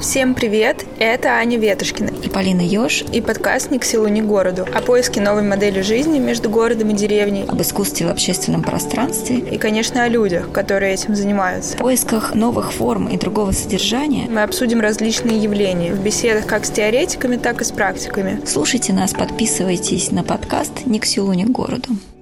Всем привет! Это Аня Ветушкина и Полина Ёж и подкаст «Ни к селу, ни к городу» о поиске новой модели жизни между городом и деревней, об искусстве в общественном пространстве и, конечно, о людях, которые этим занимаются. В поисках новых форм и другого содержания мы обсудим различные явления в беседах как с теоретиками, так и с практиками. Слушайте нас, подписывайтесь на подкаст «Ни к селу, ни к городу».